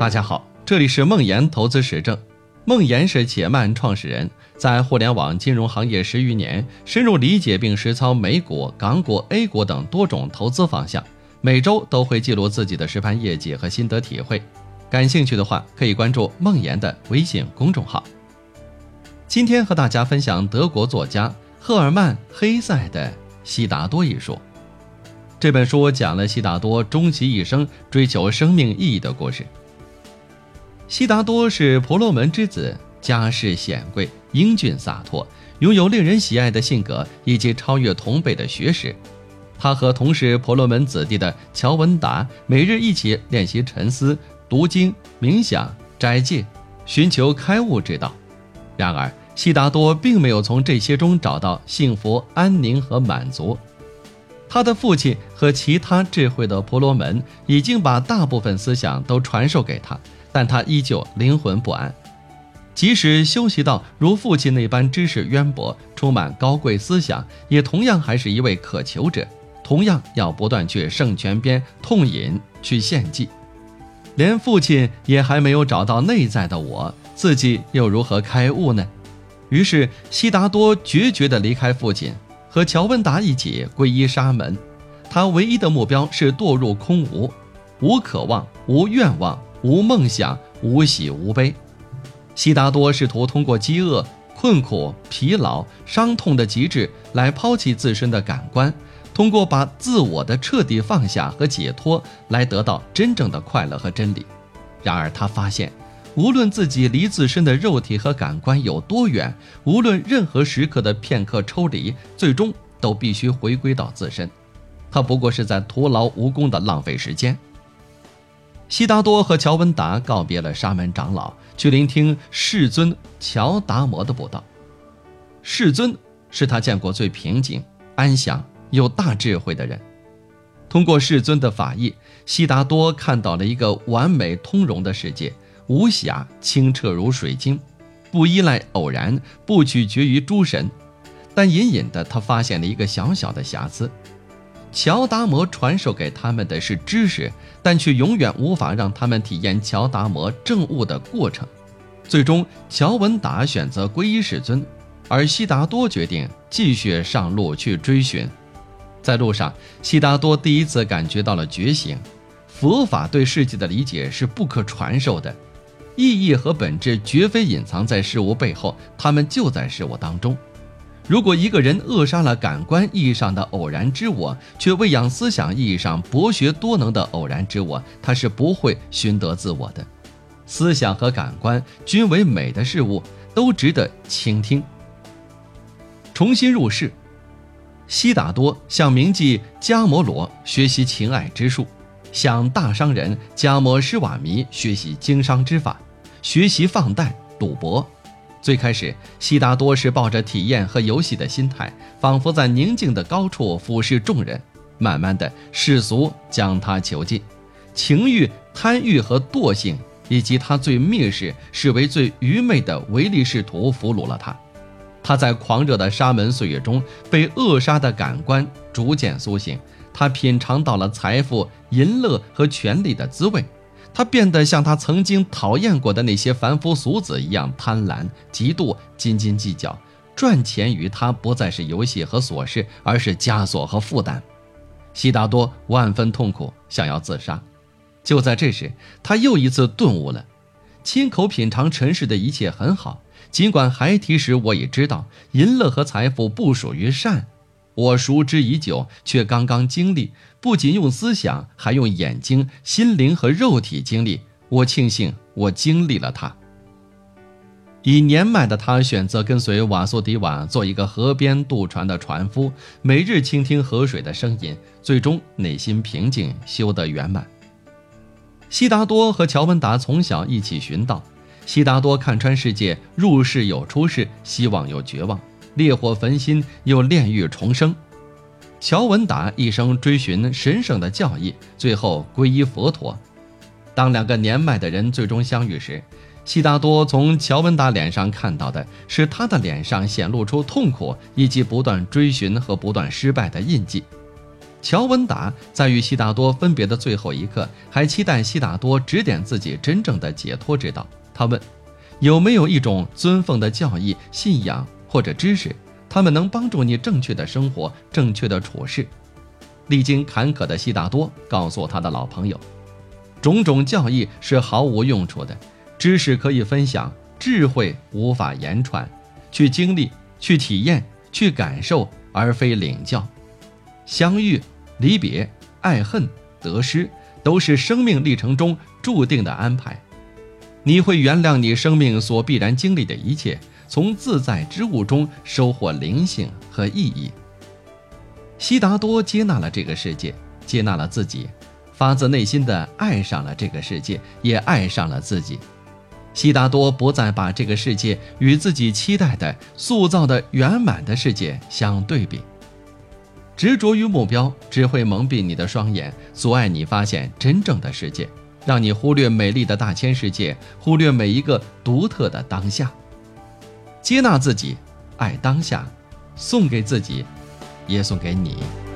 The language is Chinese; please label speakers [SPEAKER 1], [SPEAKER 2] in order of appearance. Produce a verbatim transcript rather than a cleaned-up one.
[SPEAKER 1] 大家好，这里是梦岩投资实证。梦岩是且慢创始人，在互联网金融行业十余年，深入理解并实操美股、港股、A 股等多种投资方向，每周都会记录自己的实盘业绩和心得体会。感兴趣的话，可以关注梦岩的微信公众号。今天和大家分享德国作家赫尔曼·黑塞的《悉达多》一书。这本书讲了悉达多终其一生追求生命意义的故事。悉达多是婆罗门之子，家世显贵，英俊洒脱，拥有令人喜爱的性格以及超越同辈的学识。他和同是婆罗门子弟的乔文达每日一起练习沉思、读经、冥想、斋戒，寻求开悟之道。然而悉达多并没有从这些中找到幸福、安宁和满足。他的父亲和其他智慧的婆罗门已经把大部分思想都传授给他，但他依旧灵魂不安。即使修习到如父亲那般知识渊博，充满高贵思想，也同样还是一位渴求者，同样要不断去圣泉边痛饮，去献祭。连父亲也还没有找到内在的我，自己又如何开悟呢？于是悉达多决绝地离开父亲，和乔文达一起皈依沙门。他唯一的目标是堕入空无，无渴望，无愿望，无梦想，无喜无悲。悉达多试图通过饥饿、困苦、疲劳、伤痛的极致来抛弃自身的感官，通过把自我的彻底放下和解脱来得到真正的快乐和真理。然而他发现，无论自己离自身的肉体和感官有多远，无论任何时刻的片刻抽离，最终都必须回归到自身。他不过是在徒劳无功的浪费时间。悉达多和乔文达告别了沙门长老，去聆听世尊乔达摩的布道。世尊是他见过最平静、安详、有大智慧的人。通过世尊的法义，悉达多看到了一个完美通融的世界，无瑕，清澈如水晶，不依赖偶然，不取决于诸神。但隐隐的他发现了一个小小的瑕疵。乔达摩传授给他们的是知识，但却永远无法让他们体验乔达摩证悟的过程。最终乔文达选择皈依世尊，而悉达多决定继续上路去追寻。在路上，悉达多第一次感觉到了觉醒。佛法对世界的理解是不可传授的，意义和本质绝非隐藏在事物背后，它们就在事物当中。如果一个人扼杀了感官意义上的偶然之我，却喂养思想意义上博学多能的偶然之我，他是不会寻得自我的。思想和感官均为美的事物，都值得倾听。重新入世，悉达多向名妓迦摩罗学习情爱之术，向大商人迦摩施瓦弥学习经商之法，学习放贷、赌博。最开始，悉达多是抱着体验和游戏的心态，仿佛在宁静的高处俯视众人。慢慢的，世俗将他囚禁，情欲、贪欲和惰性，以及他最蔑视、视为最愚昧的唯利是图俘虏了他。他在狂热的沙门岁月中，被扼杀的感官逐渐苏醒，他品尝到了财富、淫乐和权力的滋味。他变得像他曾经讨厌过的那些凡夫俗子一样贪婪、嫉妒、斤斤计较。赚钱于他不再是游戏和琐事，而是枷锁和负担。悉达多万分痛苦，想要自杀。就在这时，他又一次顿悟了。亲口品尝尘世的一切很好，尽管孩提时我已知道淫乐和财富不属于善，我熟知已久，却刚刚经历，不仅用思想，还用眼睛、心灵和肉体经历。我庆幸我经历了它。以年迈的他选择跟随瓦苏迪瓦做一个河边渡船的船夫，每日倾听河水的声音，最终内心平静，修得圆满。悉达多和乔文达从小一起寻道。悉达多看穿世界，入世有出世，希望有绝望，烈火焚心又炼狱重生。乔文达一生追寻神圣的教义，最后皈依佛陀。当两个年迈的人最终相遇时，悉达多从乔文达脸上看到的是他的脸上显露出痛苦以及不断追寻和不断失败的印记。 乔文达在与悉达多分别的最后一刻，还期待悉达多指点自己真正的解脱之道。他问，有没有一种尊奉的教义、信仰或者知识，他们能帮助你正确的生活、正确的处事？历经坎坷的悉达多告诉他的老朋友，种种教义是毫无用处的，知识可以分享，智慧无法言传，去经历、去体验、去感受，而非领教。相遇、离别、爱恨、得失，都是生命历程中注定的安排。你会原谅你生命所必然经历的一切，从自在之物中收获灵性和意义。悉达多接纳了这个世界，接纳了自己，发自内心地爱上了这个世界，也爱上了自己。悉达多不再把这个世界与自己期待的、塑造的圆满的世界相对比。执着于目标只会蒙蔽你的双眼，阻碍你发现真正的世界，让你忽略美丽的大千世界，忽略每一个独特的当下。接纳自己，爱当下，送给自己，也送给你。